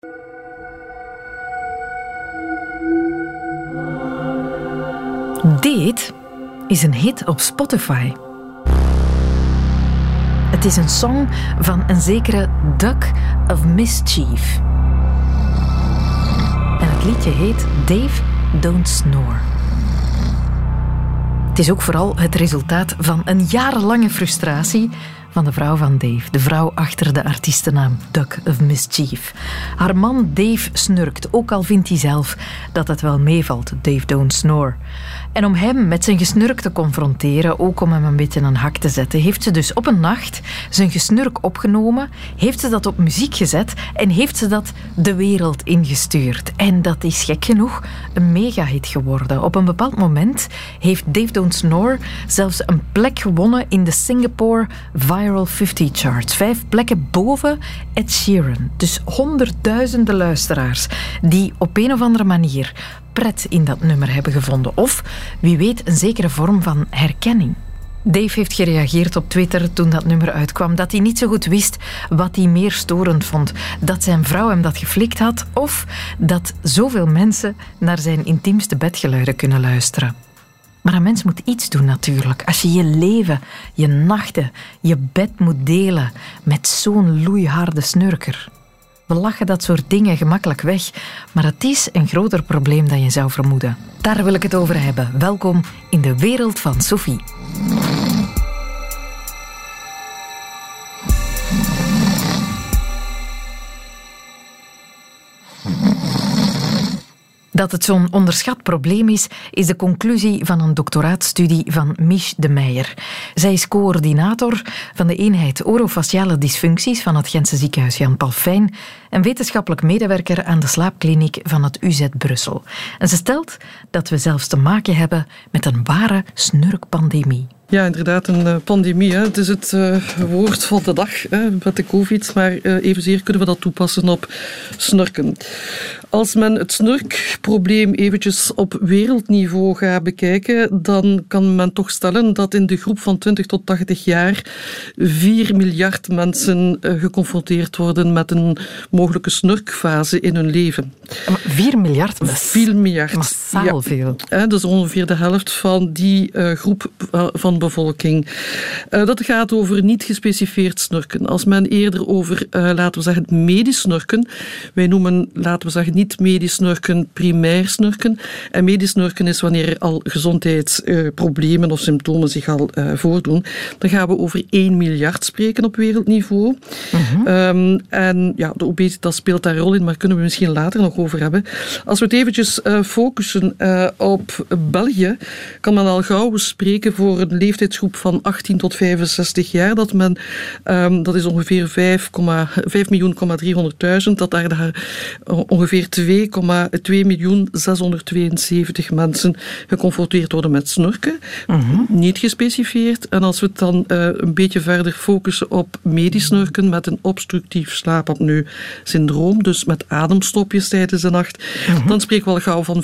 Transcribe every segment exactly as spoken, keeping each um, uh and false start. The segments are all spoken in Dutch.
Dit is een hit op Spotify. Het is een song van een zekere Duck of Mischief. En het liedje heet Dave Don't Snore. Het is ook vooral het resultaat van een jarenlange frustratie van de vrouw van Dave, de vrouw achter de artiestennaam Duck of Mischief. Haar man Dave snurkt, ook al vindt hij zelf dat het wel meevalt, Dave Don't Snore. En om hem met zijn gesnurk te confronteren, ook om hem een beetje een hak te zetten, heeft ze dus op een nacht zijn gesnurk opgenomen, heeft ze dat op muziek gezet en heeft ze dat de wereld ingestuurd. En dat is gek genoeg een megahit geworden. Op een bepaald moment heeft Dave Don't Snore zelfs een plek gewonnen in de Singapore Viral vijftig charts. Vijf plekken boven Ed Sheeran. Dus honderdduizenden luisteraars die op een of andere manier pret in dat nummer hebben gevonden. Of, wie weet, een zekere vorm van herkenning. Dave heeft gereageerd op Twitter toen dat nummer uitkwam, dat hij niet zo goed wist wat hij meer storend vond. Dat zijn vrouw hem dat geflikt had, of dat zoveel mensen naar zijn intiemste bedgeluiden kunnen luisteren. Maar een mens moet iets doen natuurlijk. Als je je leven, je nachten, je bed moet delen met zo'n loeiharde snurker. We lachen dat soort dingen gemakkelijk weg, maar het is een groter probleem dan je zou vermoeden. Daar wil ik het over hebben. Welkom in de wereld van Sophie. Dat het zo'n onderschat probleem is, is de conclusie van een doctoraatstudie van Mich de Meijer. Zij is coördinator van de eenheid orofaciale dysfuncties van het Gentse ziekenhuis Jan Palfijn en wetenschappelijk medewerker aan de slaapkliniek van het U Z Brussel. En ze stelt dat we zelfs te maken hebben met een ware snurkpandemie. Ja, inderdaad, een uh, pandemie. Hè. Het is het uh, woord van de dag hè, met de covid, maar uh, evenzeer kunnen we dat toepassen op snurken. Als men het snurkprobleem eventjes op wereldniveau gaat bekijken, dan kan men toch stellen dat in de groep van twintig tot tachtig jaar vier miljard mensen uh, geconfronteerd worden met een mogelijke snurkfase in hun leven. vier miljard? vier miljard. Massaal ja. veel. Hè, dat is ongeveer de helft van die uh, groep uh, van bevolking. Uh, dat gaat over niet gespecificeerd snurken. Als men eerder over, uh, laten we zeggen, medisch snurken, wij noemen, laten we zeggen, niet medisch snurken, primair snurken. En medisch snurken is wanneer er al gezondheidsproblemen uh, of symptomen zich al uh, voordoen. Dan gaan we over één miljard spreken op wereldniveau. Mm-hmm. Um, en ja, de obesitas speelt daar een rol in, maar kunnen we misschien later nog over hebben. Als we het eventjes uh, focussen uh, op België, kan men al gauw spreken voor een leeftijdsgroep van achttien tot vijfenzestig jaar, dat men, um, dat is ongeveer vijf miljoen driehonderdduizend, dat daar, daar ongeveer twee komma twee miljoen zeshonderdtweeënzeventig mensen geconfronteerd worden met snurken. Mm-hmm. Niet gespecificeerd. En als we het dan uh, een beetje verder focussen op medisch snurken met een obstructief slaapapneu-syndroom, dus met ademstopjes tijdens de nacht, mm-hmm. dan spreken we al gauw van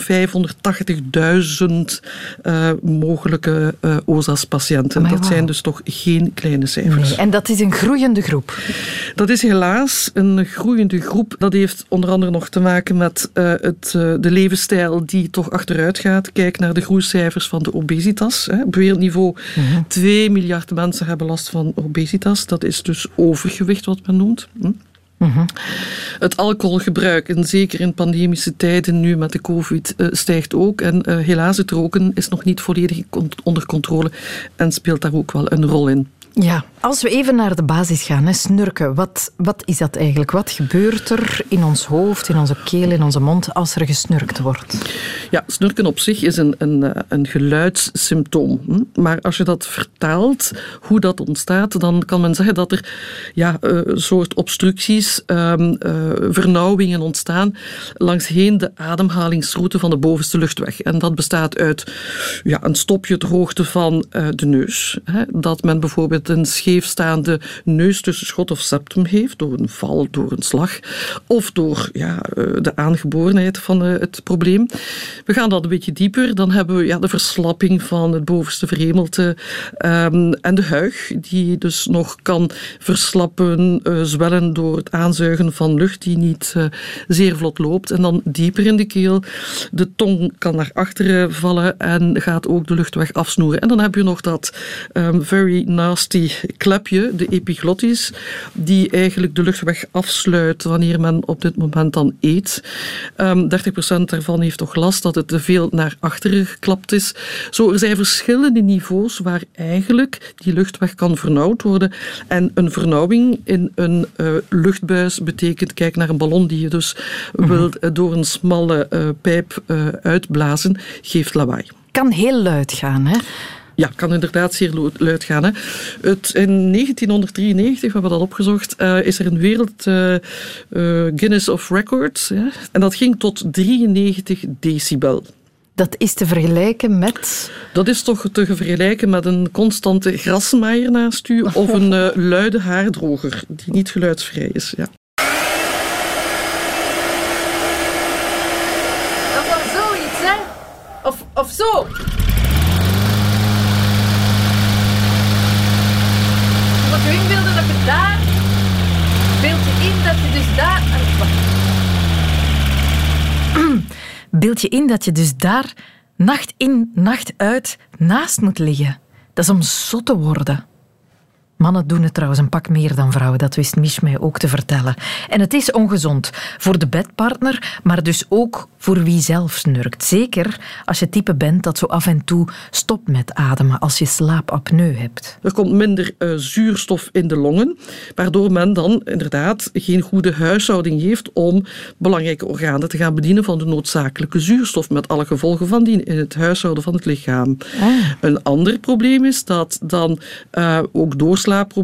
vijfhonderdtachtigduizend uh, mogelijke uh, O S A-patiënten. Dat wow. zijn dus toch geen kleine cijfers. Nee, en dat is een groeiende groep? Dat is helaas een groeiende groep. Dat heeft onder andere nog te maken met uh, het, uh, de levensstijl die toch achteruit gaat. Kijk naar de groeicijfers van de obesitas. Hè. Op wereldniveau mm-hmm. twee miljard mensen hebben last van obesitas. Dat is dus overgewicht wat men noemt. Hm? Mm-hmm. Het alcoholgebruik, en zeker in pandemische tijden nu met de covid, uh, stijgt ook. En uh, helaas, het roken is nog niet volledig onder controle en speelt daar ook wel een rol in. Ja, als we even naar de basis gaan, hè, snurken. Wat, wat is dat eigenlijk? Wat gebeurt er in ons hoofd, in onze keel, in onze mond, als er gesnurkt wordt? Ja, snurken op zich is een, een, een geluidssymptoom. Maar als je dat vertaalt, hoe dat ontstaat, dan kan men zeggen dat er ja, een soort obstructies, um, uh, vernauwingen ontstaan langs heen de ademhalingsroute van de bovenste luchtweg. En dat bestaat uit ja, een stopje ter hoogte van uh, de neus. Hè, dat men bijvoorbeeld bijvoorbeeld een scheefstaande neustussenschot of septum heeft, door een val, door een slag, of door ja, de aangeborenheid van het probleem. We gaan dat een beetje dieper. Dan hebben we ja, de verslapping van het bovenste verhemelte um, en de huig, die dus nog kan verslappen, uh, zwellen door het aanzuigen van lucht die niet uh, zeer vlot loopt. En dan dieper in de keel. De tong kan naar achteren vallen en gaat ook de luchtweg afsnoeren. En dan heb je nog dat um, very nasty klepje, de epiglottis, die eigenlijk de luchtweg afsluit wanneer men op dit moment dan eet. Um, dertig procent daarvan heeft toch last dat het te veel naar achteren geklapt is. Zo, er zijn verschillende niveaus waar eigenlijk die luchtweg kan vernauwd worden. En een vernauwing in een uh, luchtbuis betekent, kijk naar een ballon die je dus mm-hmm. wil uh, door een smalle uh, pijp uh, uitblazen, geeft lawaai. Kan heel luid gaan, hè? Ja, kan inderdaad zeer luid gaan. Hè. Het, in negentienhonderddrieënnegentig, we hebben dat opgezocht, uh, is er een wereld uh, uh, Guinness of Records. Ja, en dat ging tot drieënnegentig decibel. Dat is te vergelijken met... Dat is toch te vergelijken met een constante grasmaaier naast u of een uh, luide haardroger die niet geluidsvrij is. Ja. Dat is wel zoiets, hè? Of, of zo. Wat je inbeelden dat je daar... Beeld je in dat je dus daar... Beeld je in dat je dus daar nacht in, nacht uit naast moet liggen. Dat is om zot te worden. Mannen doen het trouwens een pak meer dan vrouwen, dat wist Mich mij ook te vertellen. En het is ongezond voor de bedpartner, maar dus ook voor wie zelf snurkt. Zeker als je het type bent dat zo af en toe stopt met ademen als je slaapapneu hebt. Er komt minder uh, zuurstof in de longen, waardoor men dan inderdaad geen goede huishouding heeft om belangrijke organen te gaan bedienen van de noodzakelijke zuurstof, met alle gevolgen van die in het huishouden van het lichaam. Ah. Een ander probleem is dat dan uh, ook doorslaapproblemen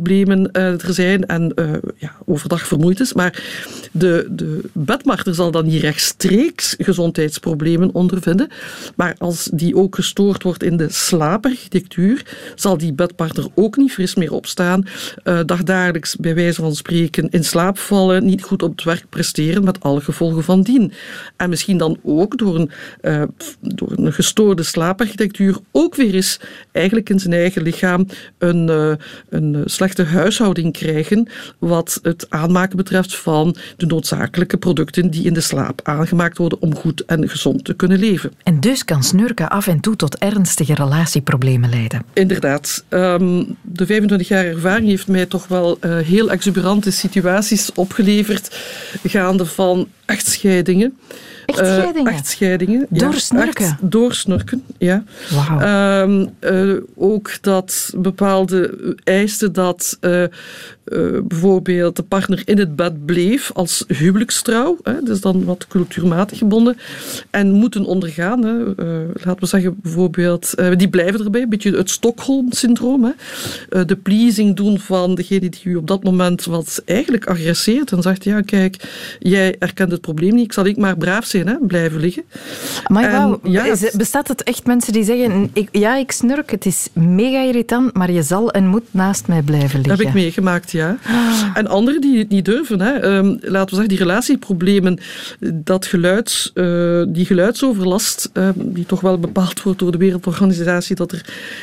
uh, er zijn en uh, ja, overdag vermoeid is, maar de, de bedpartner zal dan niet rechtstreeks gezondheidsproblemen ondervinden, maar als die ook gestoord wordt in de slaaparchitectuur, zal die bedpartner ook niet fris meer opstaan, uh, dagdagelijks bij wijze van spreken in slaap vallen, niet goed op het werk presteren, met alle gevolgen van dien. En misschien dan ook door een, uh, door een gestoorde slaaparchitectuur ook weer eens eigenlijk in zijn eigen lichaam een, uh, een slechte huishouding krijgen wat het aanmaken betreft van de noodzakelijke producten die in de slaap aangemaakt worden om goed en gezond te kunnen leven. En dus kan snurken af en toe tot ernstige relatieproblemen leiden. Inderdaad. Um, de vijfentwintig jaar ervaring heeft mij toch wel uh, heel exuberante situaties opgeleverd, gaande van echtscheidingen. Echtscheidingen? Uh, echtscheidingen. Door ja, snurken? Echt door snurken, ja. Wauw. Um, uh, ook dat bepaalde eisten dat uh, uh, bijvoorbeeld de partner in het bed bleef als huwelijkstrouw, hè, dus dan wat cultuurmatig gebonden, en moeten ondergaan, hè, uh, laten we zeggen bijvoorbeeld, uh, die blijven erbij, een beetje het Stockholm-syndroom, hè, uh, de pleasing doen van degene die u op dat moment wat eigenlijk agresseert en zegt, ja kijk, jij erkent het probleem niet, ik zal ik maar braaf zijn, hè, blijven liggen. Maar wauw, ja, bestaat het echt mensen die zeggen, ik, ja, ik snurk, het is mega irritant, maar je zal en moet naast mij blijven liggen? Dat heb ik meegemaakt, ja. Ah. En anderen die het niet durven, hè. Um, laten we zeggen, die relatieproblemen, dat geluids, uh, die geluidsoverlast, uh, die toch wel bepaald wordt door de Wereldorganisatie, dat er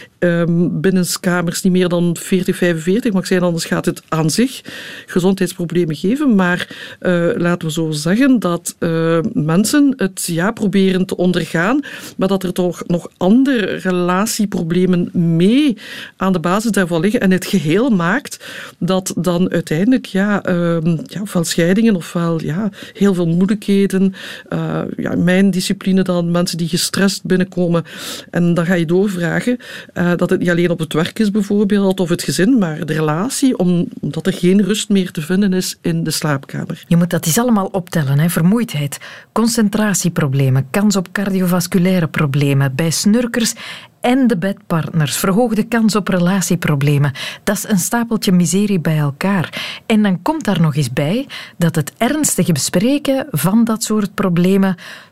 um, binnenskamers niet meer dan veertig, vijfenveertig mag zijn, anders gaat het aan zich gezondheidsproblemen geven. Maar uh, laten we zo zeggen dat uh, mensen het ja proberen te ondergaan, maar dat er toch nog andere relatieproblemen mee aan de basis daarvan liggen en het geheel maakt dat dan uiteindelijk ja, uh, ja, ofwel scheidingen ofwel ja, heel veel moeilijkheden. Uh, ja, in mijn discipline dan mensen die gestrest binnenkomen en dan ga je doorvragen uh, dat het niet alleen op het werk is bijvoorbeeld of het gezin, maar de relatie, omdat er geen rust meer te vinden is in de slaapkamer. Je moet dat eens allemaal optellen, hè? Vermoeidheid, concentratieproblemen, kans op cardiovasculaire problemen bij snurkers en de bedpartners, verhoogde kans op relatieproblemen. Dat is een stapeltje miserie bij elkaar. En dan komt daar nog eens bij dat het ernstige bespreken van dat soort problemen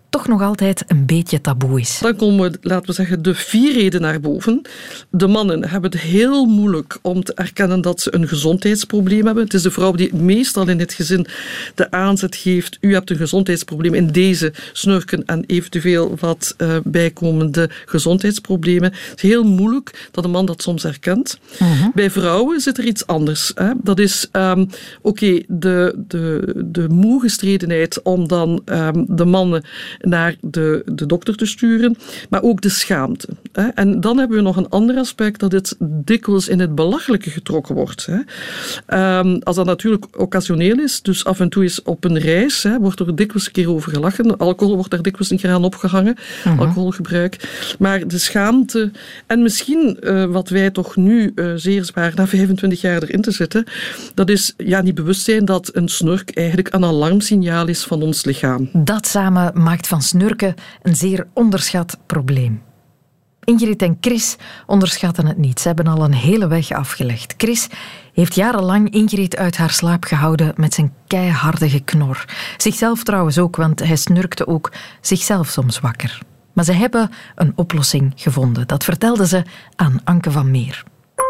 toch nog altijd een beetje taboe is. Dan komen, laten we zeggen, de vier reden naar boven. De mannen hebben het heel moeilijk om te erkennen dat ze een gezondheidsprobleem hebben. Het is de vrouw die meestal in het gezin de aanzet geeft. U hebt een gezondheidsprobleem in deze snurken en eventueel wat uh, bijkomende gezondheidsproblemen. Het is heel moeilijk dat een man dat soms herkent. Uh-huh. Bij vrouwen zit er iets anders. Hè. Dat is, um, oké, okay, de, de, de moegestredenheid om dan um, de mannen naar de, de dokter te sturen, maar ook de schaamte. Hè. En dan hebben we nog een ander aspect, dat het dikwijls in het belachelijke getrokken wordt. Hè. Um, als dat natuurlijk occasioneel is, dus af en toe is op een reis, hè, wordt er dikwijls een keer over gelachen. Alcohol wordt daar dikwijls een keer aan opgehangen, uh-huh. alcoholgebruik. Maar de schaamte, en misschien uh, wat wij toch nu uh, zeer zwaar na vijfentwintig jaar erin te zitten, dat is ja, niet bewust zijn dat een snurk eigenlijk een alarmsignaal is van ons lichaam. Dat samen maakt van snurken een zeer onderschat probleem. Ingrid en Chris onderschatten het niet. Ze hebben al een hele weg afgelegd. Chris heeft jarenlang Ingrid uit haar slaap gehouden met zijn keiharde geknor. Zichzelf trouwens ook, want hij snurkte ook zichzelf soms wakker. Maar ze hebben een oplossing gevonden. Dat vertelde ze aan Anke van Meer.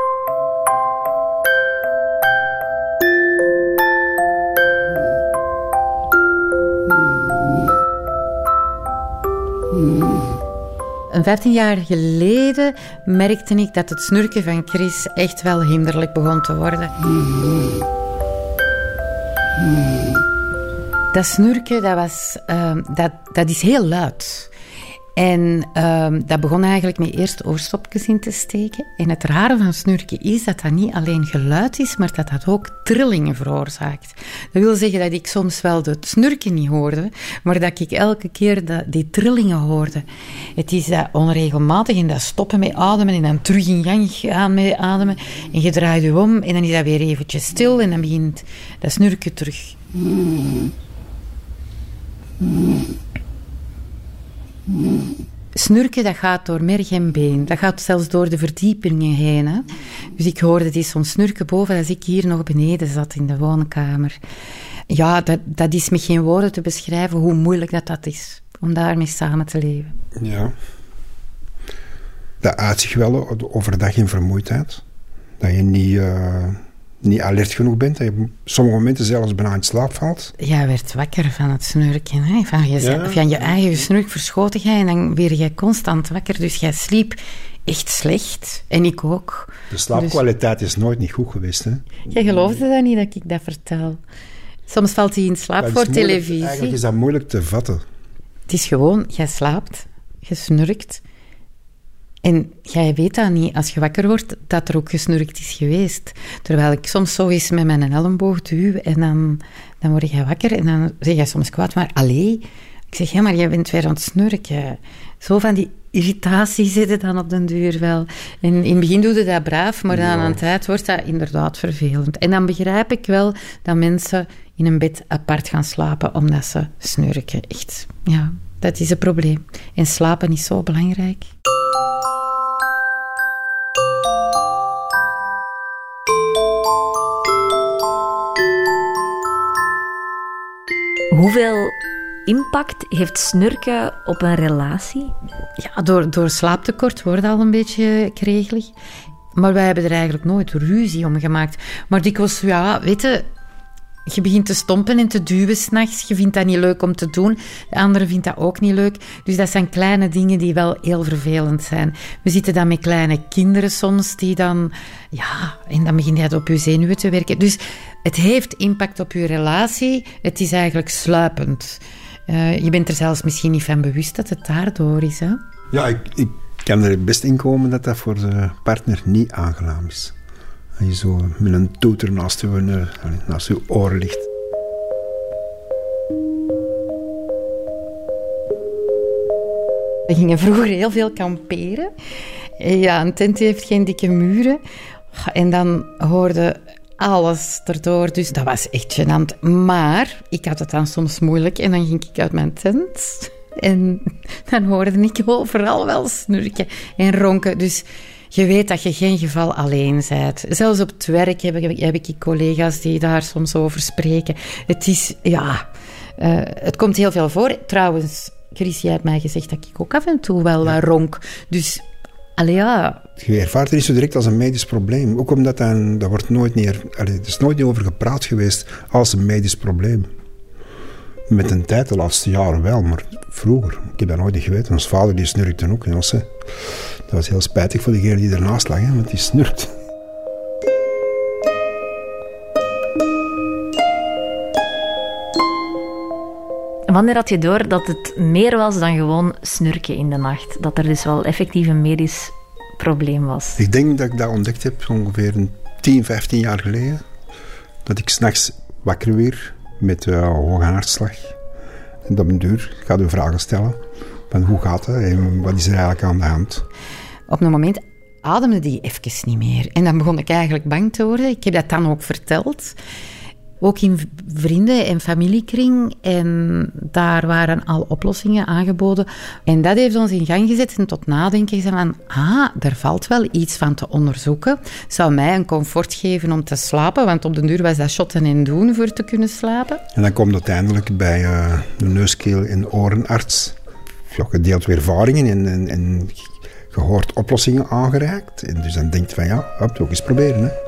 Een vijftien jaar geleden merkte ik dat het snurken van Chris echt wel hinderlijk begon te worden. Dat snurken, dat, was, uh, dat, dat is heel luid. En uh, dat begon eigenlijk met eerst oorstopjes in te steken. En het rare van snurken is dat dat niet alleen geluid is, maar dat dat ook trillingen veroorzaakt. Dat wil zeggen dat ik soms wel het snurken niet hoorde, maar dat ik elke keer dat, die trillingen hoorde. Het is dat onregelmatig en dat stoppen met ademen en dan terug in gang gaan met ademen. En je draait je om en dan is dat weer eventjes stil en dan begint dat snurken terug. Snurken, dat gaat door merg en been. Dat gaat zelfs door de verdiepingen heen. Hè. Dus ik hoorde die soms snurken boven als ik hier nog beneden zat in de woonkamer. Ja, dat, dat is met geen woorden te beschrijven hoe moeilijk dat, dat is. Om daarmee samen te leven. Ja. Dat uit zich wel overdag in vermoeidheid. Dat je niet... Uh... niet alert genoeg bent, dat je op sommige momenten zelfs bijna in slaap valt. Jij werd wakker van het snurken. Hè? Van, je, ja. van je eigen snurk verschoten jij en dan werd jij constant wakker. Dus jij sliep echt slecht. En ik ook. De slaapkwaliteit dus... is nooit niet goed geweest. Hè? Jij geloofde dat niet dat ik dat vertel. Soms valt hij in slaap voor moeilijk, televisie. Eigenlijk is dat moeilijk te vatten. Het is gewoon, jij slaapt, je snurkt. En jij weet dat niet, als je wakker wordt, dat er ook gesnurkt is geweest. Terwijl ik soms zo eens met mijn elleboog duw en dan, dan word jij wakker en dan zeg jij soms kwaad, maar allee. Ik zeg, ja, maar jij bent weer aan het snurken. Zo van die irritatie zit het dan op den duur wel. En in het begin doe je dat braaf, maar dan ja. aan de tijd wordt dat inderdaad vervelend. En dan begrijp ik wel dat mensen in een bed apart gaan slapen, omdat ze snurken. Echt, ja, dat is een probleem. En slapen is zo belangrijk. Hoeveel impact heeft snurken op een relatie? Ja, door, door slaaptekort wordt het al een beetje kregelig. Maar wij hebben er eigenlijk nooit ruzie om gemaakt. Maar dikwijls, ja, weet je, je begint te stompen en te duwen 's nachts. Je vindt dat niet leuk om te doen. De andere vindt dat ook niet leuk. Dus dat zijn kleine dingen die wel heel vervelend zijn. We zitten dan met kleine kinderen soms, die dan... Ja, en dan begint dat op je zenuwen te werken. Dus het heeft impact op je relatie. Het is eigenlijk sluipend. Uh, je bent er zelfs misschien niet van bewust dat het daardoor is, hè? Ja, ik, ik kan er best in komen dat dat voor de partner niet aangenaam is. Dat je zo met een toeter naast je, naast je oor ligt. We gingen vroeger heel veel kamperen. Ja, een tent heeft geen dikke muren. En dan hoorde alles erdoor. Dus dat was echt gênant. Maar ik had het dan soms moeilijk. En dan ging ik uit mijn tent. En dan hoorde ik overal wel snurken en ronken. Dus je weet dat je geen geval alleen bent. Zelfs op het werk heb ik, heb ik collega's die daar soms over spreken. Het is, ja... Uh, het komt heel veel voor. Trouwens, Chris, jij hebt mij gezegd dat ik ook af en toe wel wat ronk. Dus, allee ja... Je ervaart het niet zo direct als een medisch probleem. Ook omdat dan, dat wordt nooit meer... Allee, er is nooit niet over gepraat geweest als een medisch probleem. Met een tijd, de laatste jaren wel, maar vroeger. Ik heb dat nooit niet geweten. Ons vader die snurkte ook. Ons, hè. Dat was heel spijtig voor degene die ernaast lag, hè, want die snurkt. Wanneer had je door dat het meer was dan gewoon snurken in de nacht? Dat er dus wel effectief een medisch probleem was? Ik denk dat ik dat ontdekt heb ongeveer een tien, vijftien jaar geleden. Dat ik 's nachts wakker weer met uh, hoge hartslag. En op een duur ga je vragen stellen. Van hoe gaat het en wat is er eigenlijk aan de hand? Op een moment ademde die even niet meer. En dan begon ik eigenlijk bang te worden. Ik heb dat dan ook verteld. Ook in vrienden- en familiekring. En daar waren al oplossingen aangeboden. En dat heeft ons in gang gezet en tot nadenken gezet van... Ah, daar valt wel iets van te onderzoeken. Zou mij een comfort geven om te slapen. Want op de duur was dat shotten en doen voor te kunnen slapen. En dan komt uiteindelijk bij uh, de neuskeel- en orenarts. Je gedeeld weer ervaringen en, en, en je hoort oplossingen aangereikt. En dus dan denk je van ja, hop, ook eens proberen, hè.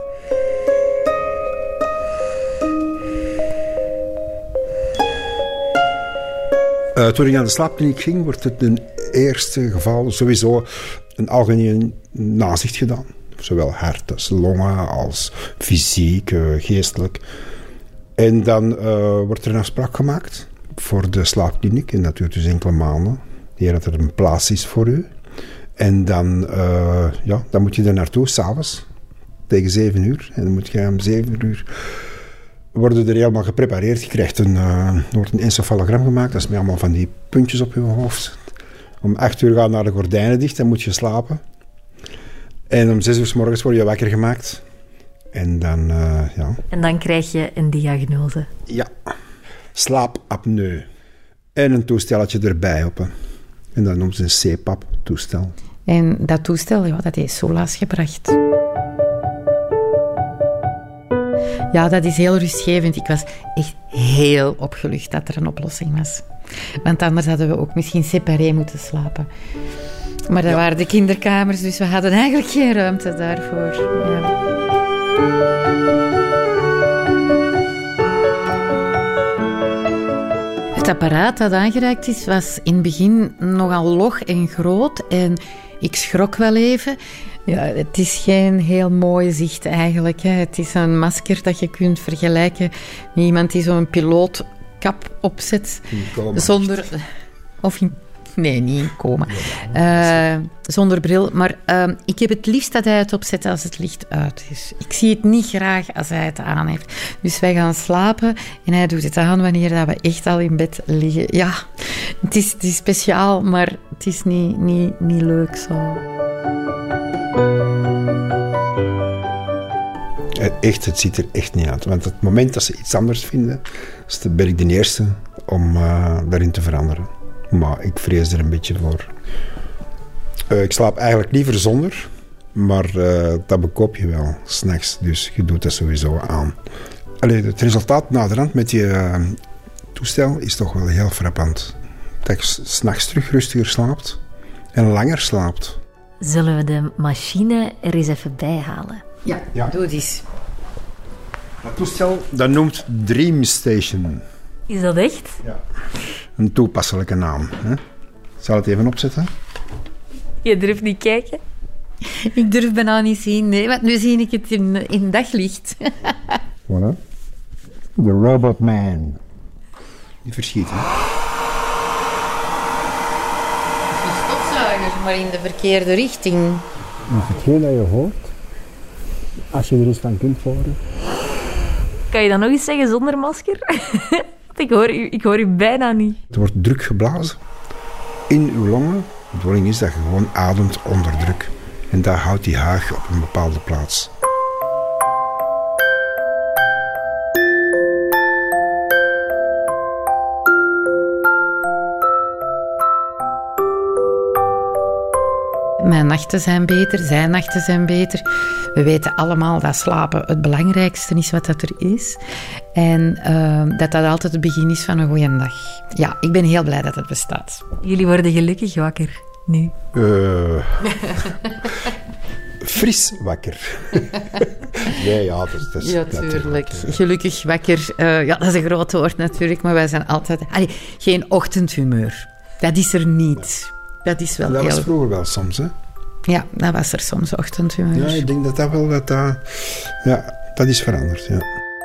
Uh, toen ik naar de slaapkliniek ging, wordt het een eerste geval sowieso een algemene nazicht gedaan. Zowel hart als longen, als fysiek, uh, geestelijk. En dan uh, wordt er een afspraak gemaakt voor de slaapkliniek. En dat duurt dus enkele maanden. Eer dat er een plaats is voor u. En dan, uh, ja, dan moet je er naartoe, s'avonds, tegen zeven uur. En dan moet je om zeven uur... worden er helemaal geprepareerd. Je krijgt een, uh, er wordt een encefalogram gemaakt. Dat is met allemaal van die puntjes op je hoofd. Om acht uur gaan naar de gordijnen dicht. Dan moet je slapen. En om zes uur 's morgens word je wakker gemaakt. En dan, uh, ja... En dan krijg je een diagnose. Ja. Slaapapneu. En een toestelletje erbij op. Hè. En dat noemt ze een C PAP-toestel. En dat toestel, ja, dat heeft Solas gebracht. Ja, dat is heel rustgevend. Ik was echt heel opgelucht dat er een oplossing was. Want anders hadden we ook misschien separé moeten slapen. Maar dat ja. waren de kinderkamers, dus we hadden eigenlijk geen ruimte daarvoor. Ja. Het apparaat dat aangereikt is, was in het begin nogal log en groot. En ik schrok wel even. Ja, het is geen heel mooi zicht eigenlijk. Hè. Het is een masker dat je kunt vergelijken met iemand die zo'n pilootkap opzet. Zonder... Of in... Nee, niet in coma. Uh, zonder bril. Maar uh, ik heb het liefst dat hij het opzet als het licht uit is. Ik zie het niet graag als hij het aan heeft. Dus wij gaan slapen en hij doet het aan wanneer dat we echt al in bed liggen. Ja, het is, het is speciaal, maar het is niet, niet, niet leuk zo. Echt, het ziet er echt niet uit. Want het moment dat ze iets anders vinden, ben ik de eerste om uh, daarin te veranderen. Maar ik vrees er een beetje voor. Uh, ik slaap eigenlijk liever zonder, maar uh, dat bekoop je wel, 's nachts. Dus je doet dat sowieso aan. Allee, het resultaat naderhand met je uh, toestel is toch wel heel frappant. Dat je 's nachts terug rustiger slaapt en langer slaapt. Zullen we de machine er eens even bij halen? Ja, ja. Doe het eens. Dat toestel, dat noemt Dream Station. Is dat echt? Ja. Een toepasselijke naam. Hè? Zal het even opzetten? Je durft niet kijken? Ik durf bijna niet zien, nee, want nu zie ik het in, in daglicht. Voilà. The Robot Man. Die verschiet, hè? Die stofzuiger, maar in de verkeerde richting. Maar hetgeen dat je hoort, als je er eens van kunt horen. Kan je dat nog eens zeggen zonder masker? Ik hoor, u, ik hoor u bijna niet. Er wordt druk geblazen in uw longen. De bedoeling is dat je gewoon ademt onder druk. En daar houdt die haag op een bepaalde plaats. Mijn nachten zijn beter, zijn nachten zijn beter. We weten allemaal dat slapen het belangrijkste is wat dat er is. En uh, dat dat altijd het begin is van een goeie dag. Ja, ik ben heel blij dat het bestaat. Jullie worden gelukkig wakker nu. Uh, fris wakker. Nee, ja, dat, dat is Ja, natuurlijk. tuurlijk. Gelukkig wakker. Uh, ja, dat is een groot woord natuurlijk, maar wij zijn altijd... Allee, geen ochtendhumeur. Dat is er niet. Dat is wel Dat heel... was vroeger wel soms, hè? Ja, dat was er soms, ochtendhumeur. Ja, ik denk dat dat wel... Dat, dat, ja, dat is veranderd, ja.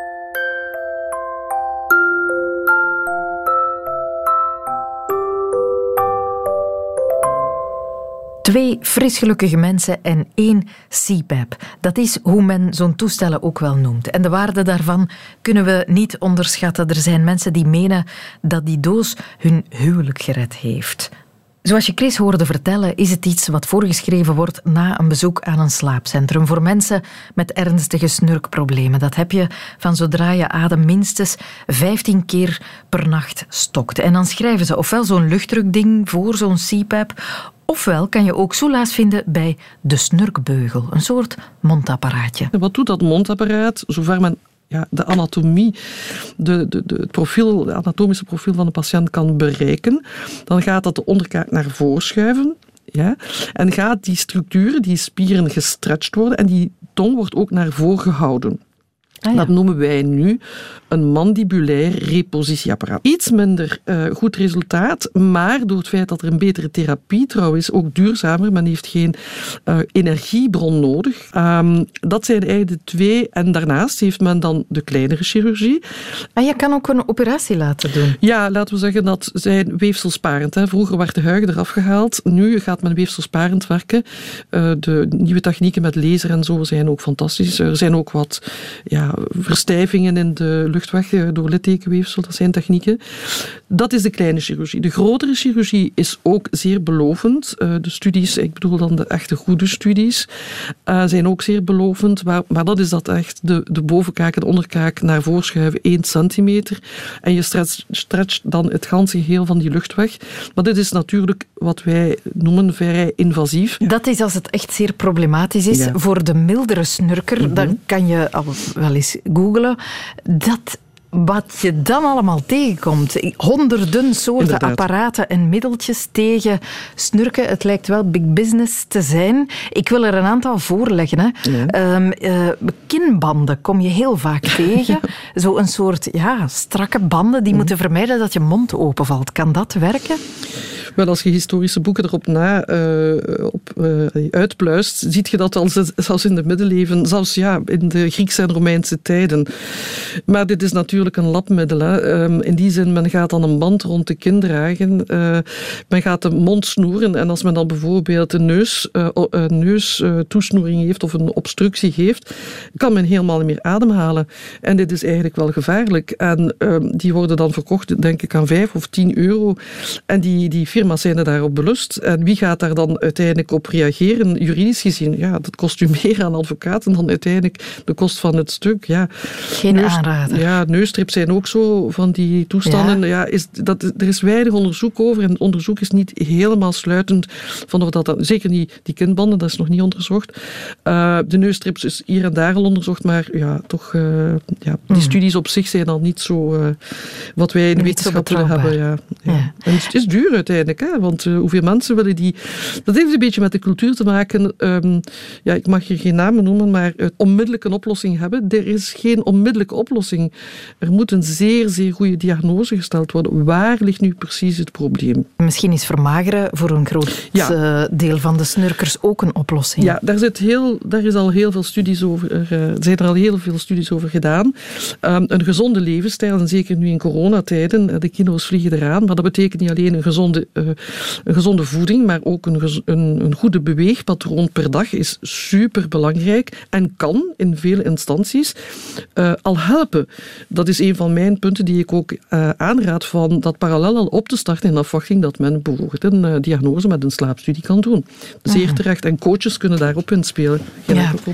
Twee frisgelukkige mensen en één C PAP. Dat is hoe men zo'n toestellen ook wel noemt. En de waarde daarvan kunnen we niet onderschatten. Er zijn mensen die menen dat die doos hun huwelijk gered heeft. Zoals je Chris hoorde vertellen, is het iets wat voorgeschreven wordt na een bezoek aan een slaapcentrum voor mensen met ernstige snurkproblemen. Dat heb je van zodra je adem minstens vijftien keer per nacht stokt. En dan schrijven ze ofwel zo'n luchtdrukding voor zo'n C PAP, ofwel kan je ook soelaas vinden bij de snurkbeugel, een soort mondapparaatje. En wat doet dat mondapparaat? Zover men ja, de anatomie, de, de, de, het profiel, het anatomische profiel van de patiënt kan bereiken, dan gaat dat de onderkaak naar voren schuiven. Ja, en gaat die structuren, die spieren gestretched worden en die tong wordt ook naar voren gehouden. Ah, ja. Dat noemen wij nu een mandibulair repositieapparaat. Iets minder uh, goed resultaat, maar door het feit dat er een betere therapie trouwens ook duurzamer, men heeft geen uh, energiebron nodig. Um, dat zijn eigenlijk de twee. En daarnaast heeft men dan de kleinere chirurgie. En je kan ook een operatie laten doen? Ja, laten we zeggen dat zijn weefselsparend. Hè. Vroeger werd de huid eraf gehaald. Nu gaat men weefselsparend werken. Uh, de nieuwe technieken met laser en zo zijn ook fantastisch. Er zijn ook wat... Ja, verstijvingen in de luchtweg door littekenweefsel, dat zijn technieken. Dat is de kleine chirurgie. De grotere chirurgie is ook zeer belovend. Uh, de studies, ik bedoel dan de echte goede studies, uh, zijn ook zeer belovend. Maar, maar dat is dat echt de, de bovenkaak en de onderkaak naar voren schuiven, één centimeter. En je stretcht, stretcht dan het ganse geheel van die luchtweg. Maar dit is natuurlijk wat wij noemen vrij invasief. Dat is als het echt zeer problematisch is. Ja. Voor de mildere snurker, mm-hmm. dan kan je al wel eens googlen, dat wat je dan allemaal tegenkomt. Honderden soorten Inderdaad. apparaten en middeltjes tegen snurken. Het lijkt wel big business te zijn. Ik wil er een aantal voorleggen. Hè. Ja. Um, uh, kinbanden kom je heel vaak tegen. Zo een soort ja, strakke banden die mm. moeten vermijden dat je mond openvalt. Kan dat werken? Wel, als je historische boeken erop na uh, op, uh, uitpluist, ziet je dat al zelfs in de middeleeuwen, zelfs ja, in de Griekse en Romeinse tijden. Maar dit is natuurlijk een labmiddel. Hè. Um, in die zin, men gaat dan een band rond de kin dragen. Uh, men gaat de mond snoeren. En als men dan bijvoorbeeld een neus, uh, een neustoesnoering heeft of een obstructie heeft, kan men helemaal niet meer ademhalen. En dit is eigenlijk wel gevaarlijk. En um, die worden dan verkocht, denk ik, aan vijf of tien euro. En die, die firma's zijn er daarop belust. En wie gaat daar dan uiteindelijk op reageren? Juridisch gezien, ja, dat kost u meer aan advocaten dan uiteindelijk de kost van het stuk. Ja. Geen Neus, aanrader. Ja, neusstrips zijn ook zo van die toestanden. Ja. Ja, is dat, er is weinig onderzoek over en het onderzoek is niet helemaal sluitend van of dat, zeker niet die kinbanden, dat is nog niet onderzocht. Uh, de neusstrips is hier en daar al onderzocht, maar ja, toch, uh, ja, die mm. studies op zich zijn al niet zo uh, wat wij in de wetenschap willen hebben. Ja. Ja. Ja. En het is duur uiteindelijk. Hè? Want uh, hoeveel mensen willen die... Dat heeft een beetje met de cultuur te maken. Um, ja, ik mag hier geen namen noemen, maar uh, onmiddellijk een oplossing hebben. Er is geen onmiddellijke oplossing. Er moet een zeer, zeer goede diagnose gesteld worden. Waar ligt nu precies het probleem? Misschien is vermageren voor een groot ja. uh, deel van de snurkers ook een oplossing. Ja, daar, zit heel, daar is al heel veel studies over... Er uh, zijn er al heel veel studies over gedaan. Um, een gezonde levensstijl, en zeker nu in coronatijden, de kino's vliegen eraan, maar dat betekent niet alleen een gezonde Uh, een gezonde voeding, maar ook een, gez- een, een goede beweegpatroon per dag is superbelangrijk en kan in vele instanties uh, al helpen. Dat is een van mijn punten die ik ook uh, aanraad van dat parallel al op te starten in afwachting dat men bijvoorbeeld een uh, diagnose met een slaapstudie kan doen. Zeer terecht. En coaches kunnen daarop inspelen. Geen ja. enkel probleem.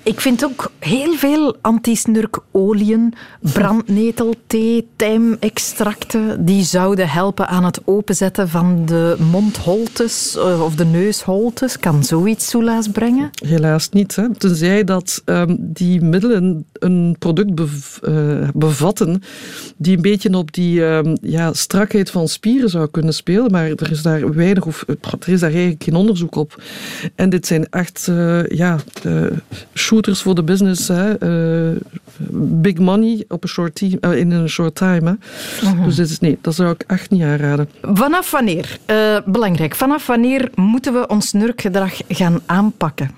Ik vind ook heel veel antisnurkolieën, brandnetelthee, tijmextracten, die zouden helpen aan het openzetten van de mondholtes of de neusholtes. Kan zoiets soelaas brengen? Helaas niet. Hè. Tenzij dat um, die middelen een product bev- uh, bevatten die een beetje op die um, ja, strakheid van spieren zou kunnen spelen, maar er is daar weinig of er is daar eigenlijk geen onderzoek op. En dit zijn echt uh, ja, uh, shooters voor de business. Hè. Uh, big money op een short team, uh, in een short time. Hè. Uh-huh. Dus dit is, nee, dat zou ik echt niet aanraden. Vanaf wanneer, uh, belangrijk, vanaf wanneer moeten we ons snurkgedrag gaan aanpakken?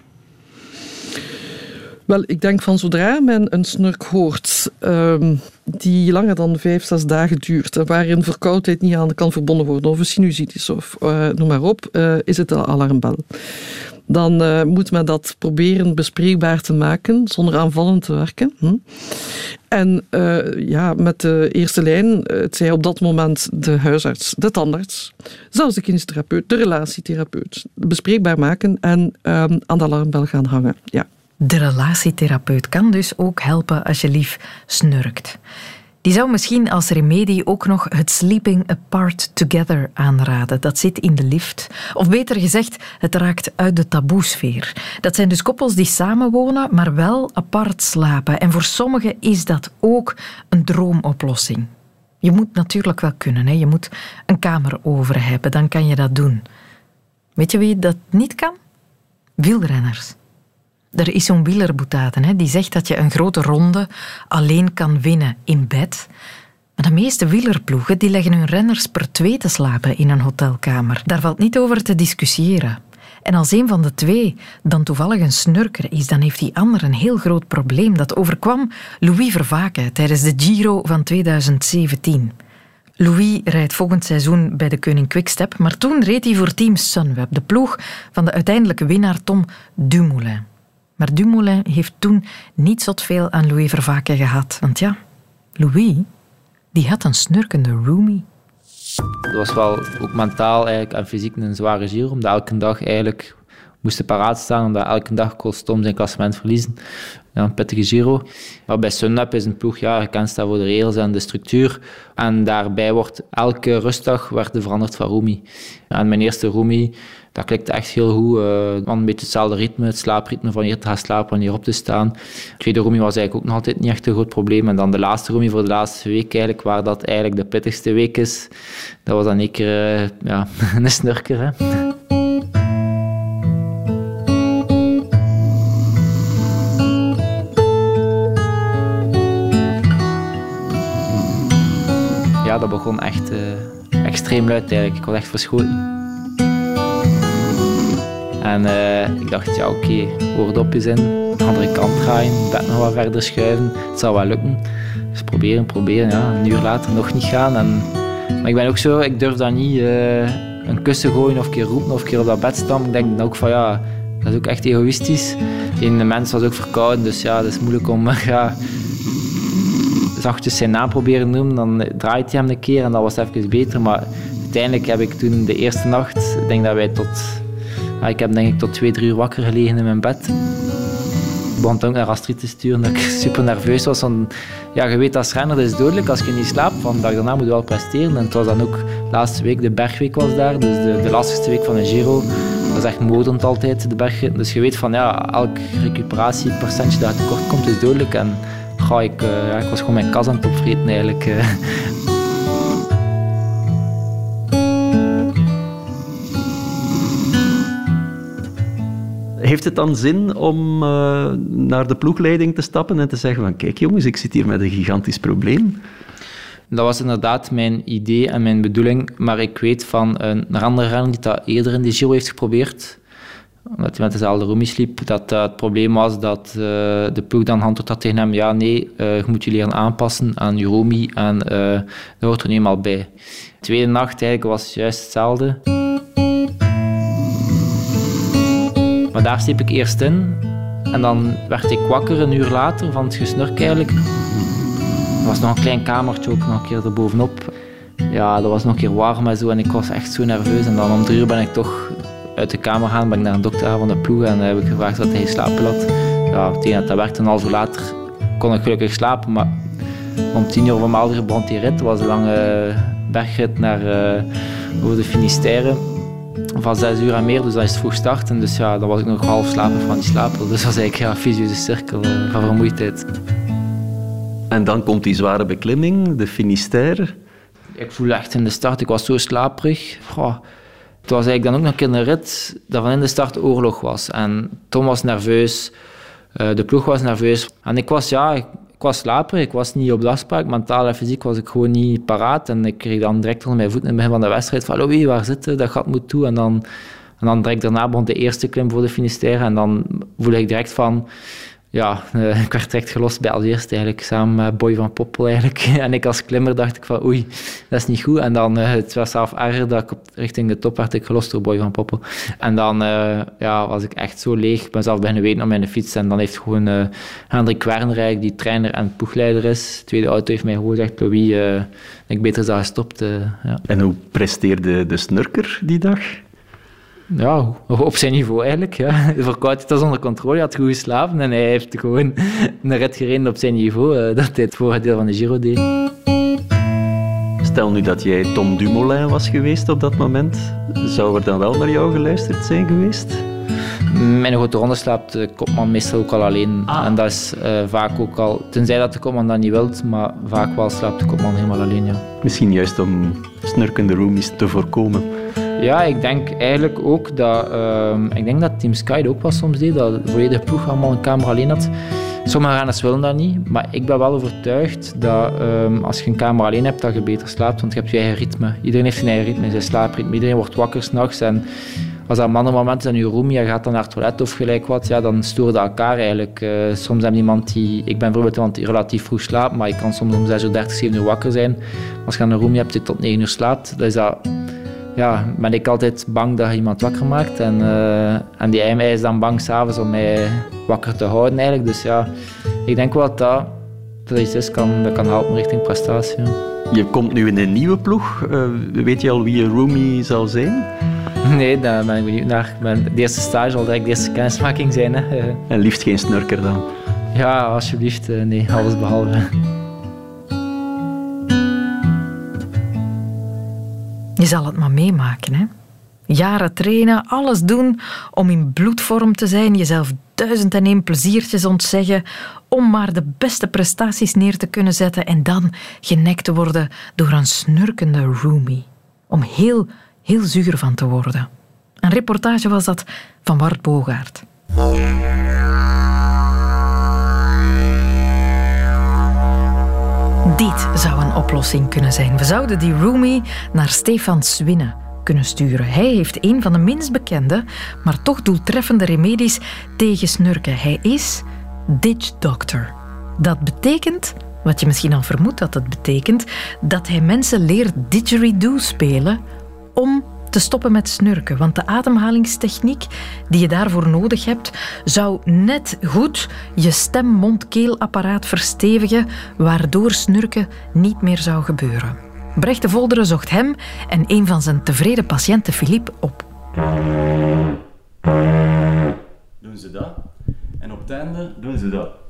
Wel, ik denk van zodra men een snurk hoort um, die langer dan vijf, zes dagen duurt, en waarin verkoudheid niet aan kan verbonden worden, of een sinusitis, of uh, noem maar op, uh, is het een alarmbel. Dan uh, moet men dat proberen bespreekbaar te maken, zonder aanvallend te werken. Hm. En uh, ja, met de eerste lijn, het zij op dat moment de huisarts, de tandarts, zelfs de kinestherapeut, de relatietherapeut, bespreekbaar maken en um, aan de alarmbel gaan hangen. Ja. De relatietherapeut kan dus ook helpen als je lief snurkt. Die zou misschien als remedie ook nog het sleeping apart together aanraden. Dat zit in de lift. Of beter gezegd, het raakt uit de taboesfeer. Dat zijn dus koppels die samenwonen, maar wel apart slapen. En voor sommigen is dat ook een droomoplossing. Je moet natuurlijk wel kunnen, hè? Je moet een kamer over hebben, dan kan je dat doen. Weet je wie dat niet kan? Wielrenners. Er is zo'n wielerboetade, hè, die zegt dat je een grote ronde alleen kan winnen in bed. Maar de meeste wielerploegen die leggen hun renners per twee te slapen in een hotelkamer. Daar valt niet over te discussiëren. En als een van de twee dan toevallig een snurker is, dan heeft die ander een heel groot probleem. Dat overkwam Louis Vervaeke tijdens de Giro van tweeduizend zeventien. Louis rijdt volgend seizoen bij de Koning Quickstep, maar toen reed hij voor team Sunweb, de ploeg van de uiteindelijke winnaar Tom Dumoulin. Maar Dumoulin heeft toen niet zot veel aan Louis Vervaeke gehad. Want ja, Louis, die had een snurkende roomie. Dat was wel ook mentaal eigenlijk en fysiek een zware Giro, omdat elke dag eigenlijk moesten paraat staan, omdat elke dag kost Tom zijn klassement verliezen. Ja, een pittige Giro. Maar bij Sunweb is een ploeg, ja, gekend staat voor de regels en de structuur. En daarbij wordt elke rustdag werd er veranderd van roomie. En mijn eerste roomie, dat klikte echt heel goed. Uh, een beetje hetzelfde ritme, het slaapritme van hier te gaan slapen en hier op te staan. De tweede roomie was eigenlijk ook nog altijd niet echt een groot probleem. En dan de laatste roomie voor de laatste week eigenlijk, waar dat eigenlijk de pittigste week is. Dat was dan een keer uh, ja, een snurker, hè. Ja, dat begon echt uh, extreem luid eigenlijk. Ik was echt verschoten. En uh, ik dacht, ja oké, okay, oordopjes in, de andere kant draaien, bed nog wat verder schuiven. Het zal wel lukken. Dus proberen, proberen. Ja. Een uur later nog niet gaan. En, maar ik ben ook zo, ik durf dan niet uh, een kussen gooien of een keer roepen of een keer op dat bed staan. Ik denk dan ook van ja, dat is ook echt egoïstisch. Een mens was ook verkouden, dus ja, dat is moeilijk om... ja, zachtjes zijn naam proberen noemen, dan draait hij hem een keer en dat was even beter. Maar uiteindelijk heb ik toen de eerste nacht, ik denk dat wij tot, ja, ik heb denk ik tot twee, drie uur wakker gelegen in mijn bed. Ik begon toen ook naar Astrid te sturen, dat ik super nerveus was. Want, ja, je weet als renner, dat is dodelijk als je niet slaapt. Van de dag daarna moet je wel presteren. En het was dan ook de laatste week, de bergweek was daar, dus de, de lastigste week van de Giro. Dat is echt modend altijd, de bergrit. Dus je weet van, ja, elk recuperatiepercentje dat tekort komt, is dodelijk. En Ga ik, uh, ja, ik was gewoon mijn kas aan het opvreten eigenlijk. Uh. Heeft het dan zin om uh, naar de ploegleiding te stappen en te zeggen van kijk jongens, ik zit hier met een gigantisch probleem? Dat was inderdaad mijn idee en mijn bedoeling, maar ik weet van een, een andere renner die dat eerder in de Giro heeft geprobeerd, omdat hij met dezelfde roomie sliep, dat uh, het probleem was dat uh, de ploeg dan antwoord had tegen hem, ja nee, uh, je moet je leren aanpassen aan je roomie en uh, dat hoort er nu eenmaal bij. De tweede nacht eigenlijk was juist hetzelfde. Maar daar sliep ik eerst in en dan werd ik wakker een uur later van het gesnurk eigenlijk. Er was nog een klein kamertje ook nog een keer erbovenop. Ja, dat was nog een keer warm en zo en ik was echt zo nerveus. En dan om drie uur ben ik toch uit de kamer gaan, ben ik naar een dokter van de ploeg en heb ik gevraagd wat hij geslapen had. ja, tegen dat dat werkte, een half uur later kon ik gelukkig slapen. Maar om tien uur of om elf uur begon die rit. Het was een lange bergrit naar, uh, over de Finisterre. Van zes uur en meer, dus dat is het vroeg starten. Dus ja, dan was ik nog half slapen van die slapen. Dus dat was eigenlijk ja, een vicieuze cirkel uh, van vermoeidheid. En dan komt die zware beklimming, de Finisterre. Ik voelde echt in de start, ik was zo slaperig. Goh. Het was eigenlijk dan ook nog een keer een rit dat van in de start oorlog was. En Tom was nerveus, uh, de ploeg was nerveus. En ik was, ja, ik, ik was slaperig, ik was niet op de afspraak. Mentaal en fysiek was ik gewoon niet paraat. En ik kreeg dan direct onder mijn voeten in het begin van de wedstrijd van Louis, waar zitten? Dat gat moet toe. En dan, en dan direct daarna begon de eerste klim voor de Finisterre. En dan voelde ik direct van... Ja, uh, ik werd direct gelost bij als eerste eigenlijk, samen met Boy van Poppel eigenlijk. En ik als klimmer dacht ik van oei, dat is niet goed. En dan, uh, het was zelf erger dat ik op, richting de top werd ik gelost door Boy van Poppel. En dan uh, ja, was ik echt zo leeg, ik ben zelf beginnen weten op mijn fiets. En dan heeft gewoon uh, Hendrik Werner eigenlijk, die trainer en ploegleider is, de tweede auto heeft mij gewoon gezegd, Louis, uh, ik beter zou gestopt. Uh, ja. En hoe presteerde de snurker die dag? Ja, op zijn niveau eigenlijk. Ja. De verkoudheid was onder controle, hij had goed geslapen en hij heeft gewoon een rit gereden op zijn niveau, dat hij het vorige deel van de Giro deed. Stel nu dat jij Tom Dumoulin was geweest op dat moment, zou er dan wel naar jou geluisterd zijn geweest? In een grote ronde slaapt de kopman meestal ook al alleen. Ah. En dat is uh, vaak ook al, tenzij dat de kopman dat niet wil, maar vaak wel slaapt de kopman helemaal alleen. Ja. Misschien juist om snurkende roomies te voorkomen. Ja, ik denk eigenlijk ook dat... Uh, ik denk dat Team Sky ook wel soms deed, dat de volledige ploeg allemaal een kamer alleen had. Sommige renners willen dat niet, maar ik ben wel overtuigd dat um, als je een kamer alleen hebt, dat je beter slaapt, want je hebt je eigen ritme. Iedereen heeft zijn eigen ritme, zijn slaapritme. Iedereen wordt wakker s'nachts en als dat een ander moment is en je roomie, je gaat dan naar het toilet of gelijk wat, ja, dan storen dat elkaar eigenlijk. Uh, soms heb je iemand die... Ik ben bijvoorbeeld iemand die relatief vroeg slaapt, maar ik kan soms om zes uur dertig, zeven uur wakker zijn. Als je een roomie hebt die tot negen uur slaapt, dan is dat... Ja, ben ik altijd bang dat je iemand wakker maakt. En, uh, en die hij is dan bang s'avonds om mij wakker te houden eigenlijk. Dus ja, ik denk wel dat dat, dat iets is, kan, dat kan helpen richting prestatie. Ja. Je komt nu in een nieuwe ploeg. Uh, weet je al wie je roomie zal zijn? Nee, daar ben ik benieuwd naar. De eerste stage zal direct de eerste kennismaking zijn. Hè. En liefst geen snurker dan? Ja, alsjeblieft. Uh, nee, alles behalve. Je zal het maar meemaken, hè. Jaren trainen, alles doen om in bloedvorm te zijn, jezelf duizend en één pleziertjes ontzeggen, om maar de beste prestaties neer te kunnen zetten en dan genekt te worden door een snurkende roomie. Om heel, heel zuur van te worden. Een reportage was dat van Bart Bogaert. Dit zou een oplossing kunnen zijn. We zouden die roomie naar Stefan Swinne kunnen sturen. Hij heeft een van de minst bekende, maar toch doeltreffende remedies tegen snurken. Hij is Ditch Doctor. Dat betekent, wat je misschien al vermoedt dat het betekent, dat hij mensen leert didgeridoo spelen om te stoppen met snurken. Want de ademhalingstechniek die je daarvoor nodig hebt, zou net goed je stem-mond-keelapparaat verstevigen, waardoor snurken niet meer zou gebeuren. Brecht de Volderen zocht hem en een van zijn tevreden patiënten, Philippe, op. Doen ze dat. En op het einde doen ze dat.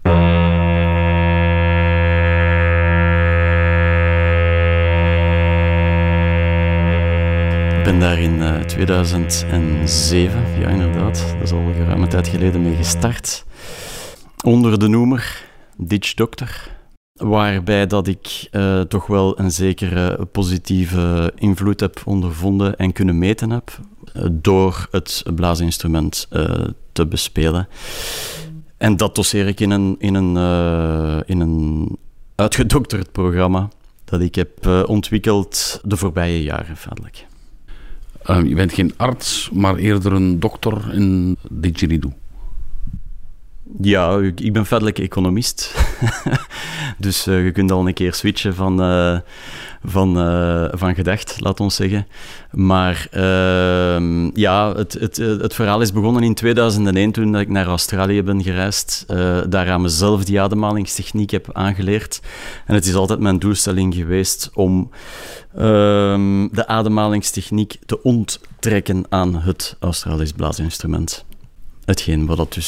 Ik ben daar in uh, tweeduizend zeven, ja inderdaad, dat is al een geruime tijd geleden mee gestart. Onder de noemer Ditch Doctor. Waarbij dat ik uh, toch wel een zekere positieve invloed heb ondervonden en kunnen meten heb uh, door het blaasinstrument uh, te bespelen. En dat doseer ik in een, in een, uh, in een uitgedokterd programma dat ik heb uh, ontwikkeld de voorbije jaren feitelijk. Uh, je bent geen arts, maar eerder een dokter in didgeridoo. Ja, ik ben feitelijk economist. Dus uh, je kunt al een keer switchen van, uh, van, uh, van gedacht, laat ons zeggen. Maar uh, ja, het, het, het verhaal is begonnen in tweeduizend één, toen ik naar Australië ben gereisd. Uh, daar aan mezelf die ademhalingstechniek heb aangeleerd. En het is altijd mijn doelstelling geweest om uh, de ademhalingstechniek te onttrekken aan het Australisch blaasinstrument. Hetgeen wat dat dus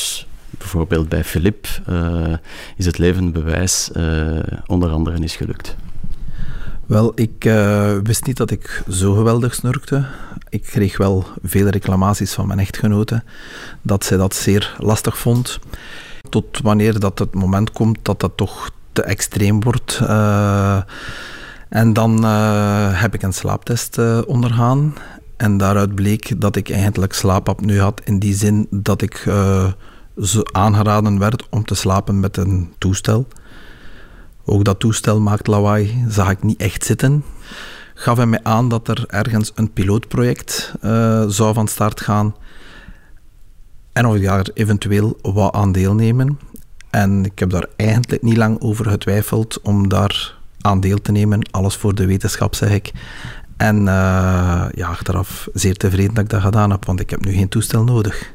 bijvoorbeeld bij Philippe, uh, is het levend bewijs uh, onder andere is gelukt. Wel, ik uh, wist niet dat ik zo geweldig snurkte. Ik kreeg wel veel reclamaties van mijn echtgenote dat zij dat zeer lastig vond. Tot wanneer dat het moment komt dat dat toch te extreem wordt. Uh, en dan uh, heb ik een slaaptest uh, ondergaan. En daaruit bleek dat ik eigenlijk slaapapneu had in die zin dat ik uh, zo aangeraden werd om te slapen met een toestel. Ook dat toestel maakt lawaai, zag ik niet echt zitten. Gaf hij mij aan dat er ergens een pilootproject uh, zou van start gaan en of ik daar eventueel wou aan deelnemen. En ik heb daar eigenlijk niet lang over getwijfeld om daar aan deel te nemen. Alles voor de wetenschap, zeg ik. En uh, ja, achteraf zeer tevreden dat ik dat gedaan heb, want ik heb nu geen toestel nodig.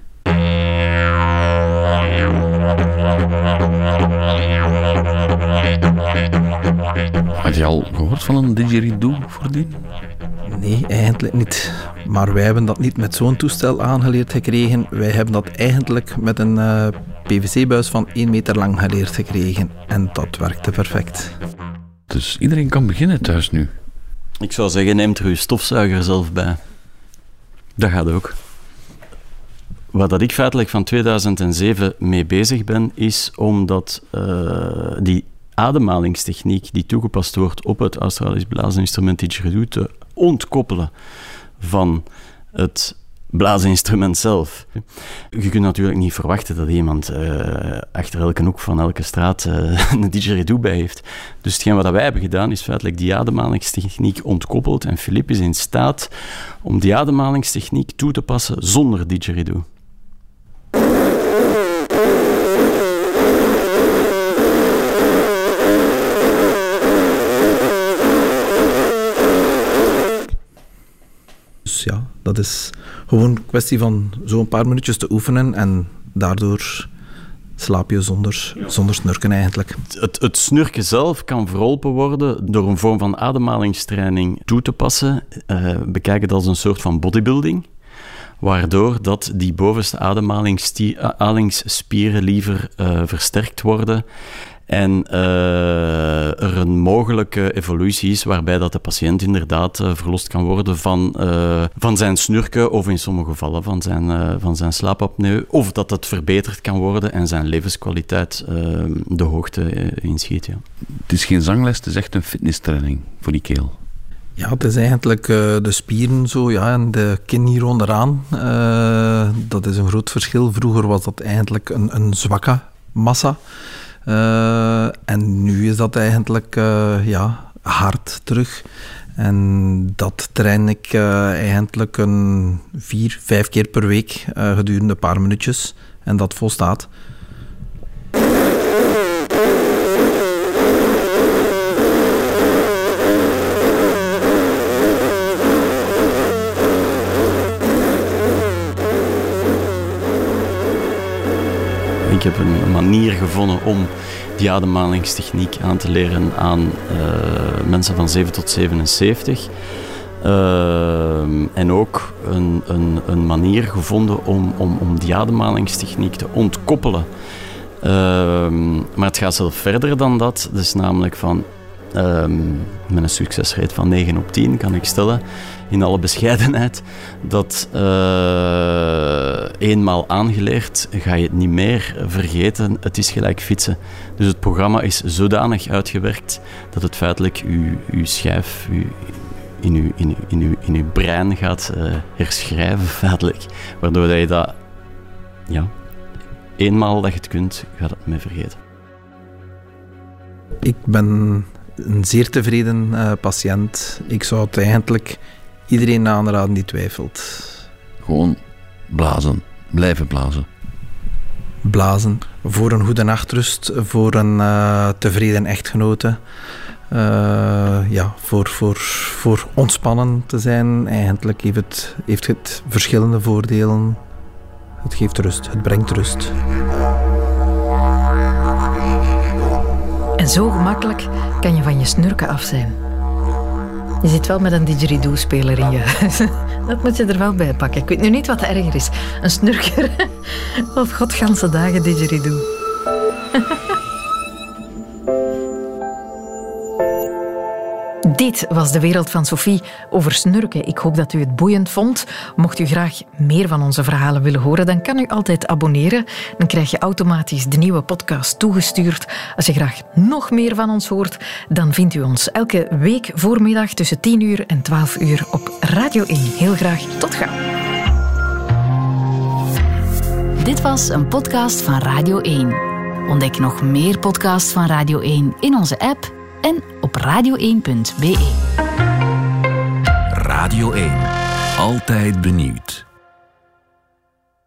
Had je al gehoord van een didgeridoo voordien? Nee, eigenlijk niet. Maar wij hebben dat niet met zo'n toestel aangeleerd gekregen. Wij hebben dat eigenlijk met een uh, P V C-buis van één meter lang geleerd gekregen. En dat werkte perfect. Dus iedereen kan beginnen thuis nu? Ik zou zeggen, neem er uw stofzuiger zelf bij. Dat gaat ook. Wat dat ik feitelijk van tweeduizend zeven mee bezig ben, is omdat uh, die ademhalingstechniek die toegepast wordt op het Australisch blaasinstrument didgeridoo te ontkoppelen van het blaasinstrument zelf. Je kunt natuurlijk niet verwachten dat iemand uh, achter elke hoek van elke straat uh, een didgeridoo bij heeft. Dus hetgeen wat wij hebben gedaan is feitelijk die ademhalingstechniek ontkoppeld en Philippe is in staat om die ademhalingstechniek toe te passen zonder didgeridoo. Dus ja, dat is gewoon een kwestie van zo'n paar minuutjes te oefenen en daardoor slaap je zonder, zonder snurken eigenlijk. Het, het snurken zelf kan verholpen worden door een vorm van ademhalingstraining toe te passen. Uh, bekijk het als een soort van bodybuilding, waardoor dat die bovenste ademhalingsspieren liever uh, versterkt worden en uh, er een mogelijke evolutie is waarbij dat de patiënt inderdaad uh, verlost kan worden van, uh, van zijn snurken of in sommige gevallen van zijn, uh, van zijn slaapapneu, of dat het verbeterd kan worden en zijn levenskwaliteit uh, de hoogte uh, inschiet. Ja. Het is geen zangles, het is echt een fitnesstraining voor die keel. Ja, het is eigenlijk uh, de spieren zo, ja, en de kin hier onderaan. Uh, dat is een groot verschil. Vroeger was dat eigenlijk een, een zwakke massa. Uh, en nu is dat eigenlijk uh, ja, hard terug. En dat train ik uh, eigenlijk een vier, vijf keer per week uh, gedurende een paar minuutjes. En dat volstaat. Ik heb een manier gevonden om die ademhalingstechniek aan te leren aan uh, mensen van zeven tot zevenenzeventig. Uh, en ook een, een, een manier gevonden om, om, om die ademhalingstechniek te ontkoppelen. Uh, maar het gaat zelf verder dan dat. Dus namelijk van, uh, met een succesrate van negen op tien kan ik stellen, in alle bescheidenheid, dat uh, eenmaal aangeleerd ga je het niet meer vergeten. Het is gelijk fietsen. Dus het programma is zodanig uitgewerkt dat het feitelijk uw, uw schijf uw, in, uw, in, uw, in, uw, in uw brein gaat uh, herschrijven, feitelijk. Waardoor dat je dat, ja, eenmaal dat je het kunt, gaat het niet meer vergeten. Ik ben een zeer tevreden uh, patiënt. Ik zou het eigenlijk iedereen aanraden die twijfelt. Gewoon blazen. Blijven blazen. Blazen. Voor een goede nachtrust. Voor een uh, tevreden echtgenote. Uh, ja, voor, voor, voor ontspannen te zijn. Eigenlijk heeft het, heeft het verschillende voordelen. Het geeft rust. Het brengt rust. En zo gemakkelijk kan je van je snurken af zijn. Je zit wel met een didgeridoo-speler in je huis. dat moet je er wel bij pakken. Ik weet nu niet wat erger is. Een snurker of godganse dagen didgeridoo. Dit was de wereld van Sophie over snurken. Ik hoop dat u het boeiend vond. Mocht u graag meer van onze verhalen willen horen, dan kan u altijd abonneren. Dan krijg je automatisch de nieuwe podcast toegestuurd. Als je graag nog meer van ons hoort, dan vindt u ons elke week voormiddag tussen tien uur en twaalf uur op Radio één. Heel graag tot gauw. Dit was een podcast van Radio één. Ontdek nog meer podcasts van Radio één in onze app en op radio één punt be. Radio één. Altijd benieuwd.